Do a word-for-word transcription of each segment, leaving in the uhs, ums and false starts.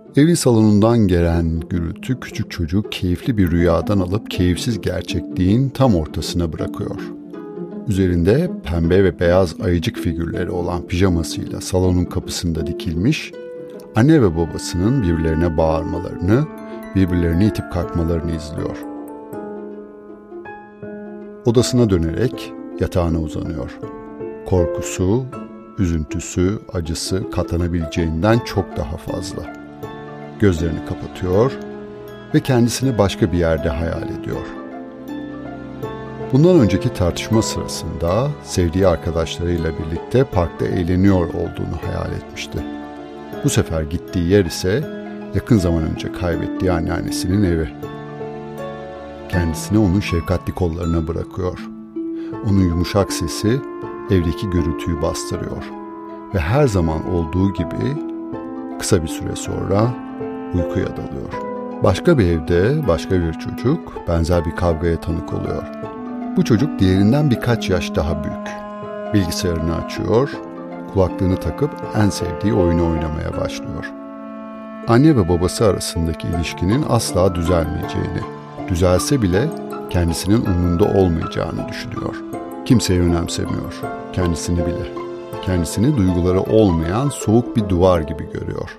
Evin salonundan gelen gürültü küçük çocuğu keyifli bir rüyadan alıp keyifsiz gerçekliğin tam ortasına bırakıyor. Üzerinde pembe ve beyaz ayıcık figürleri olan pijamasıyla salonun kapısında dikilmiş, anne ve babasının birbirlerine bağırmalarını, birbirlerini itip kalkmalarını izliyor. Odasına dönerek yatağına uzanıyor. Korkusu, üzüntüsü, acısı katlanabileceğinden çok daha fazla. Gözlerini kapatıyor ve kendisini başka bir yerde hayal ediyor. Bundan önceki tartışma sırasında sevdiği arkadaşlarıyla birlikte parkta eğleniyor olduğunu hayal etmişti. Bu sefer gittiği yer ise yakın zaman önce kaybettiği anneannesinin evi. Kendisini onun şefkatli kollarına bırakıyor. Onun yumuşak sesi evdeki gürültüyü bastırıyor. Ve her zaman olduğu gibi kısa bir süre sonra uykuya dalıyor. Başka bir evde başka bir çocuk benzer bir kavgaya tanık oluyor. Bu çocuk diğerinden birkaç yaş daha büyük. Bilgisayarını açıyor, kulaklığını takıp en sevdiği oyunu oynamaya başlıyor. Anne ve babası arasındaki ilişkinin asla düzelmeyeceğini, düzelse bile kendisinin umrunda olmayacağını düşünüyor. Kimseyi önemsemiyor, kendisini bile. Kendisini duyguları olmayan soğuk bir duvar gibi görüyor.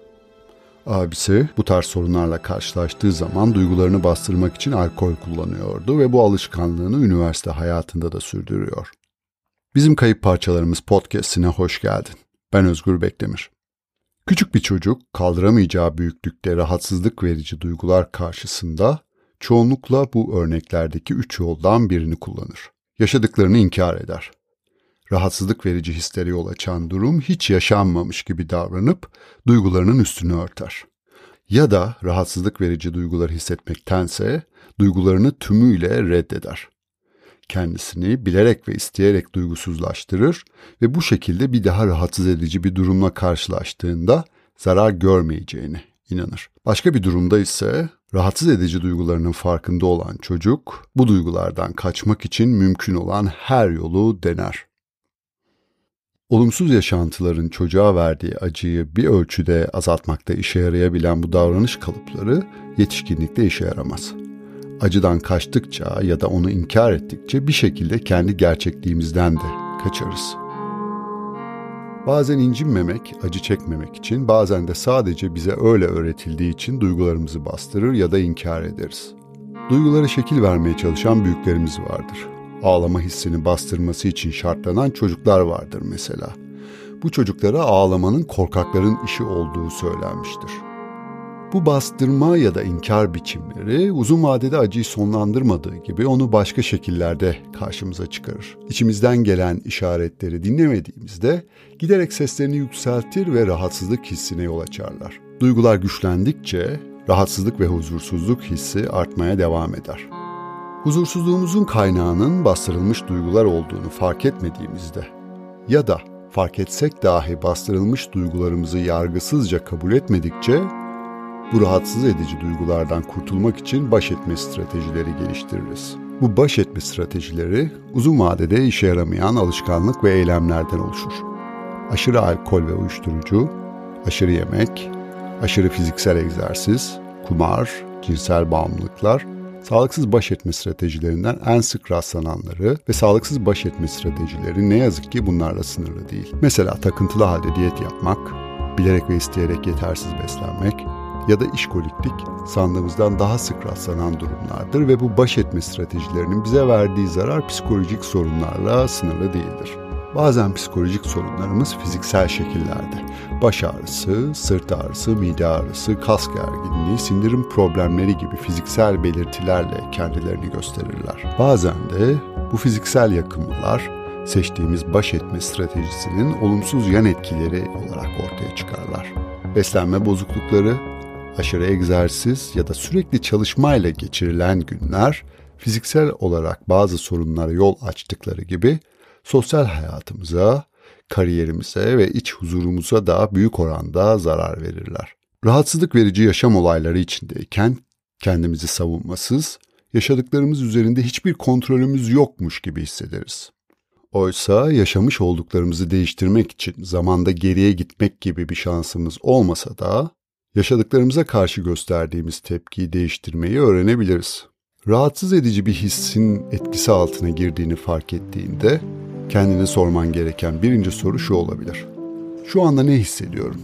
Abisi bu tarz sorunlarla karşılaştığı zaman duygularını bastırmak için alkol kullanıyordu ve bu alışkanlığını üniversite hayatında da sürdürüyor. Bizim Kayıp Parçalarımız podcast'ine hoş geldin. Ben Özgür Bekdemir. Küçük bir çocuk kaldıramayacağı büyüklükte rahatsızlık verici duygular karşısında çoğunlukla bu örneklerdeki üç yoldan birini kullanır. Yaşadıklarını inkar eder. Rahatsızlık verici hislere yol açan durum hiç yaşanmamış gibi davranıp duygularının üstünü örter. Ya da rahatsızlık verici duyguları hissetmektense duygularını tümüyle reddeder. Kendisini bilerek ve isteyerek duygusuzlaştırır ve bu şekilde bir daha rahatsız edici bir durumla karşılaştığında zarar görmeyeceğine inanır. Başka bir durumda ise rahatsız edici duygularının farkında olan çocuk bu duygulardan kaçmak için mümkün olan her yolu dener. Olumsuz yaşantıların çocuğa verdiği acıyı bir ölçüde azaltmakta işe yarayabilen bu davranış kalıpları yetişkinlikte işe yaramaz. Acıdan kaçtıkça ya da onu inkar ettikçe bir şekilde kendi gerçekliğimizden de kaçarız. Bazen incinmemek, acı çekmemek için, bazen de sadece bize öyle öğretildiği için duygularımızı bastırır ya da inkar ederiz. Duygulara şekil vermeye çalışan büyüklerimiz vardır. Ağlama hissini bastırması için şartlanan çocuklar vardır mesela. Bu çocuklara ağlamanın korkakların işi olduğu söylenmiştir. Bu bastırma ya da inkar biçimleri uzun vadede acıyı sonlandırmadığı gibi onu başka şekillerde karşımıza çıkarır. İçimizden gelen işaretleri dinlemediğimizde giderek seslerini yükseltir ve rahatsızlık hissine yol açarlar. Duygular güçlendikçe rahatsızlık ve huzursuzluk hissi artmaya devam eder. Huzursuzluğumuzun kaynağının bastırılmış duygular olduğunu fark etmediğimizde ya da fark etsek dahi bastırılmış duygularımızı yargısızca kabul etmedikçe bu rahatsız edici duygulardan kurtulmak için baş etme stratejileri geliştiririz. Bu baş etme stratejileri uzun vadede işe yaramayan alışkanlık ve eylemlerden oluşur. Aşırı alkol ve uyuşturucu, aşırı yemek, aşırı fiziksel egzersiz, kumar, cinsel bağımlılıklar, sağlıksız baş etme stratejilerinden en sık rastlananları ve sağlıksız baş etme stratejileri ne yazık ki bunlarla sınırlı değil. Mesela takıntılı halde diyet yapmak, bilerek ve isteyerek yetersiz beslenmek ya da işkoliklik sandığımızdan daha sık rastlanan durumlardır ve bu baş etme stratejilerinin bize verdiği zarar psikolojik sorunlarla sınırlı değildir. Bazen psikolojik sorunlarımız fiziksel şekillerde. Baş ağrısı, sırt ağrısı, mide ağrısı, kas gerginliği, sindirim problemleri gibi fiziksel belirtilerle kendilerini gösterirler. Bazen de bu fiziksel yakınmalar seçtiğimiz baş etme stratejisinin olumsuz yan etkileri olarak ortaya çıkarlar. Beslenme bozuklukları, aşırı egzersiz ya da sürekli çalışmayla geçirilen günler fiziksel olarak bazı sorunlara yol açtıkları gibi sosyal hayatımıza, kariyerimize ve iç huzurumuza da büyük oranda zarar verirler. Rahatsızlık verici yaşam olayları içindeyken kendimizi savunmasız, yaşadıklarımız üzerinde hiçbir kontrolümüz yokmuş gibi hissederiz. Oysa yaşamış olduklarımızı değiştirmek için zamanda geriye gitmek gibi bir şansımız olmasa da Yaşadıklarımıza karşı gösterdiğimiz tepkiyi değiştirmeyi öğrenebiliriz. Rahatsız edici bir hissin etkisi altına girdiğini fark ettiğinde kendine sorman gereken birinci soru şu olabilir: şu anda ne hissediyorum?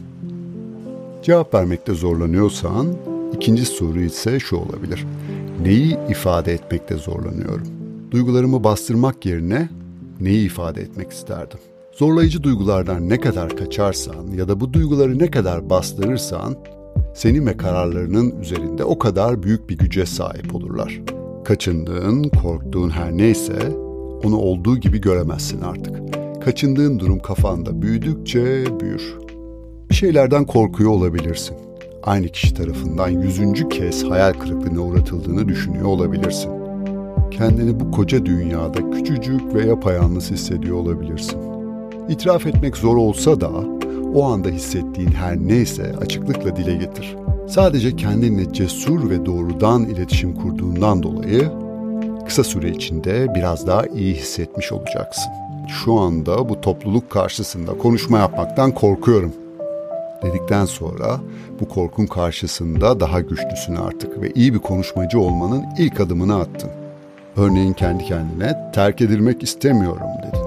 Cevap vermekte zorlanıyorsan ikinci soru ise şu olabilir: neyi ifade etmekte zorlanıyorum? Duygularımı bastırmak yerine neyi ifade etmek isterdim? Zorlayıcı duygulardan ne kadar kaçarsan ya da bu duyguları ne kadar bastırırsan senin ve kararlarının üzerinde o kadar büyük bir güce sahip olurlar. Kaçındığın, korktuğun her neyse onu olduğu gibi göremezsin artık. Kaçındığın durum kafanda büyüdükçe büyür. Bir şeylerden korkuyor olabilirsin. Aynı kişi tarafından yüzüncü kez hayal kırıklığına uğratıldığını düşünüyor olabilirsin. Kendini bu koca dünyada küçücük ve yapayalnız hissediyor olabilirsin. İtiraf etmek zor olsa da o anda hissettiğin her neyse açıklıkla dile getir. Sadece kendinle cesur ve doğrudan iletişim kurduğundan dolayı kısa süre içinde biraz daha iyi hissetmiş olacaksın. Şu anda bu topluluk karşısında konuşma yapmaktan korkuyorum dedikten sonra bu korkun karşısında daha güçlüsün artık ve iyi bir konuşmacı olmanın ilk adımını attın. Örneğin kendi kendine terk edilmek istemiyorum dedin.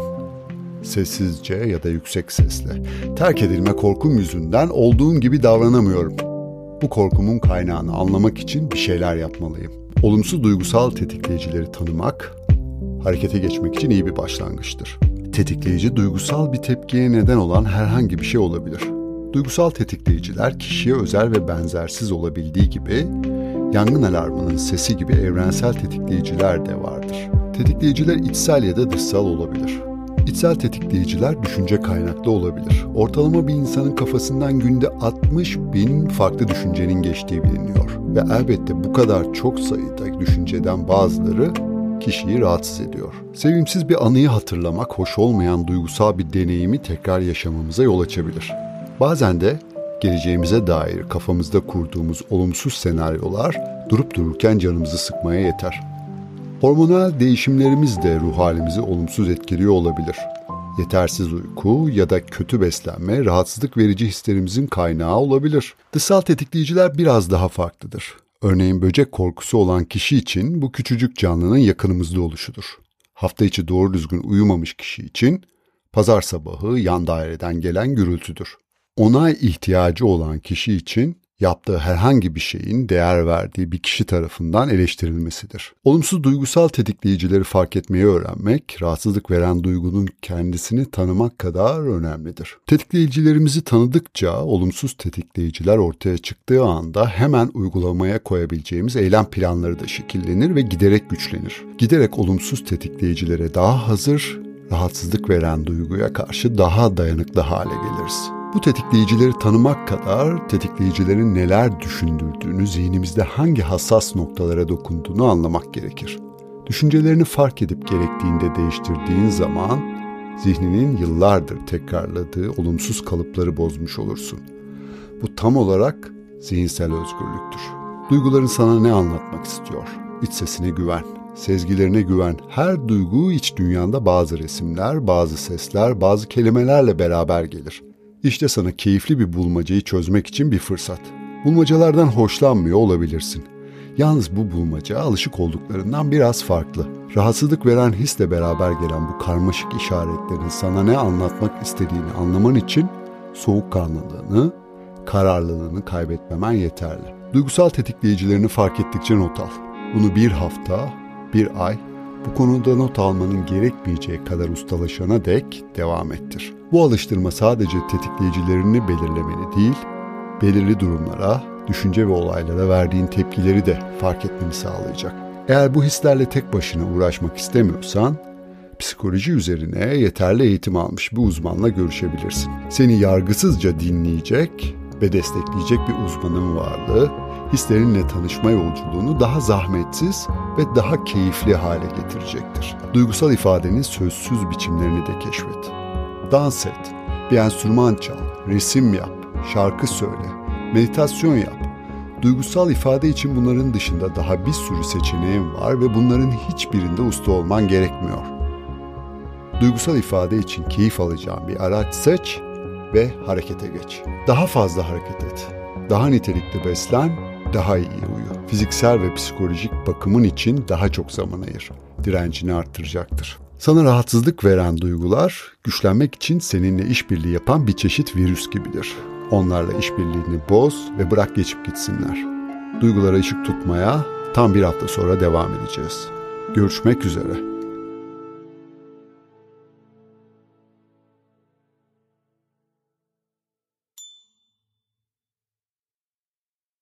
Sessizce ya da yüksek sesle. Terk edilme korkum yüzünden olduğum gibi davranamıyorum. Bu korkumun kaynağını anlamak için bir şeyler yapmalıyım. Olumsuz duygusal tetikleyicileri tanımak, harekete geçmek için iyi bir başlangıçtır. Tetikleyici duygusal bir tepkiye neden olan herhangi bir şey olabilir. Duygusal tetikleyiciler kişiye özel ve benzersiz olabildiği gibi yangın alarmının sesi gibi evrensel tetikleyiciler de vardır. Tetikleyiciler içsel ya da dışsal olabilir. İçsel tetikleyiciler düşünce kaynaklı olabilir. Ortalama bir insanın kafasından günde altmış bin farklı düşüncenin geçtiği biliniyor. Ve elbette bu kadar çok sayıda düşünceden bazıları kişiyi rahatsız ediyor. Sevimsiz bir anıyı hatırlamak hoş olmayan duygusal bir deneyimi tekrar yaşamamıza yol açabilir. Bazen de geleceğimize dair kafamızda kurduğumuz olumsuz senaryolar durup dururken canımızı sıkmaya yeter. Hormonal değişimlerimiz de ruh halimizi olumsuz etkiliyor olabilir. Yetersiz uyku ya da kötü beslenme rahatsızlık verici hislerimizin kaynağı olabilir. Dışsal tetikleyiciler biraz daha farklıdır. Örneğin böcek korkusu olan kişi için bu küçücük canlının yakınımızda oluşudur. Hafta içi doğru düzgün uyumamış kişi için pazar sabahı yan daireden gelen gürültüdür. Onay ihtiyacı olan kişi için yaptığı herhangi bir şeyin değer verdiği bir kişi tarafından eleştirilmesidir. Olumsuz duygusal tetikleyicileri fark etmeyi öğrenmek, rahatsızlık veren duygunun kendisini tanımak kadar önemlidir. Tetikleyicilerimizi tanıdıkça olumsuz tetikleyiciler ortaya çıktığı anda hemen uygulamaya koyabileceğimiz eylem planları da şekillenir ve giderek güçlenir. Giderek olumsuz tetikleyicilere daha hazır, rahatsızlık veren duyguya karşı daha dayanıklı hale geliriz. Bu tetikleyicileri tanımak kadar tetikleyicilerin neler düşündürdüğünü, zihnimizde hangi hassas noktalara dokunduğunu anlamak gerekir. Düşüncelerini fark edip gerektiğinde değiştirdiğin zaman zihninin yıllardır tekrarladığı olumsuz kalıpları bozmuş olursun. Bu tam olarak zihinsel özgürlüktür. Duyguların sana ne anlatmak istiyor? İç sesine güven, sezgilerine güven. Her duygu iç dünyanda bazı resimler, bazı sesler, bazı kelimelerle beraber gelir. İşte sana keyifli bir bulmacayı çözmek için bir fırsat. Bulmacalardan hoşlanmıyor olabilirsin. Yalnız bu bulmaca alışık olduklarından biraz farklı. Rahatsızlık veren hisle beraber gelen bu karmaşık işaretlerin sana ne anlatmak istediğini anlaman için soğukkanlılığını, kararlılığını kaybetmemen yeterli. Duygusal tetikleyicilerini fark ettikçe not al. Bunu bir hafta, bir ay, bu konuda not almanın gerekmeyeceği kadar ustalaşana dek devam ettir. Bu alıştırma sadece tetikleyicilerini belirlemeni değil, belirli durumlara, düşünce ve olaylara verdiğin tepkileri de fark etmeni sağlayacak. Eğer bu hislerle tek başına uğraşmak istemiyorsan, psikoloji üzerine yeterli eğitim almış bir uzmanla görüşebilirsin. Seni yargısızca dinleyecek ve destekleyecek bir uzmanın varlığı, hislerinle tanışma yolculuğunu daha zahmetsiz ve daha keyifli hale getirecektir. Duygusal ifadenin sözsüz biçimlerini de keşfet. Dans et, bir enstrüman çal, resim yap, şarkı söyle, meditasyon yap. Duygusal ifade için bunların dışında daha bir sürü seçeneğin var ve bunların hiçbirinde usta olman gerekmiyor. Duygusal ifade için keyif alacağın bir araç seç ve harekete geç. Daha fazla hareket et. Daha nitelikli beslen, daha iyi uyu. Fiziksel ve psikolojik bakımın için daha çok zaman ayır. Direncini arttıracaktır. Sana rahatsızlık veren duygular, güçlenmek için seninle işbirliği yapan bir çeşit virüs gibidir. Onlarla işbirliğini boz ve bırak geçip gitsinler. Duygulara ışık tutmaya tam bir hafta sonra devam edeceğiz. Görüşmek üzere.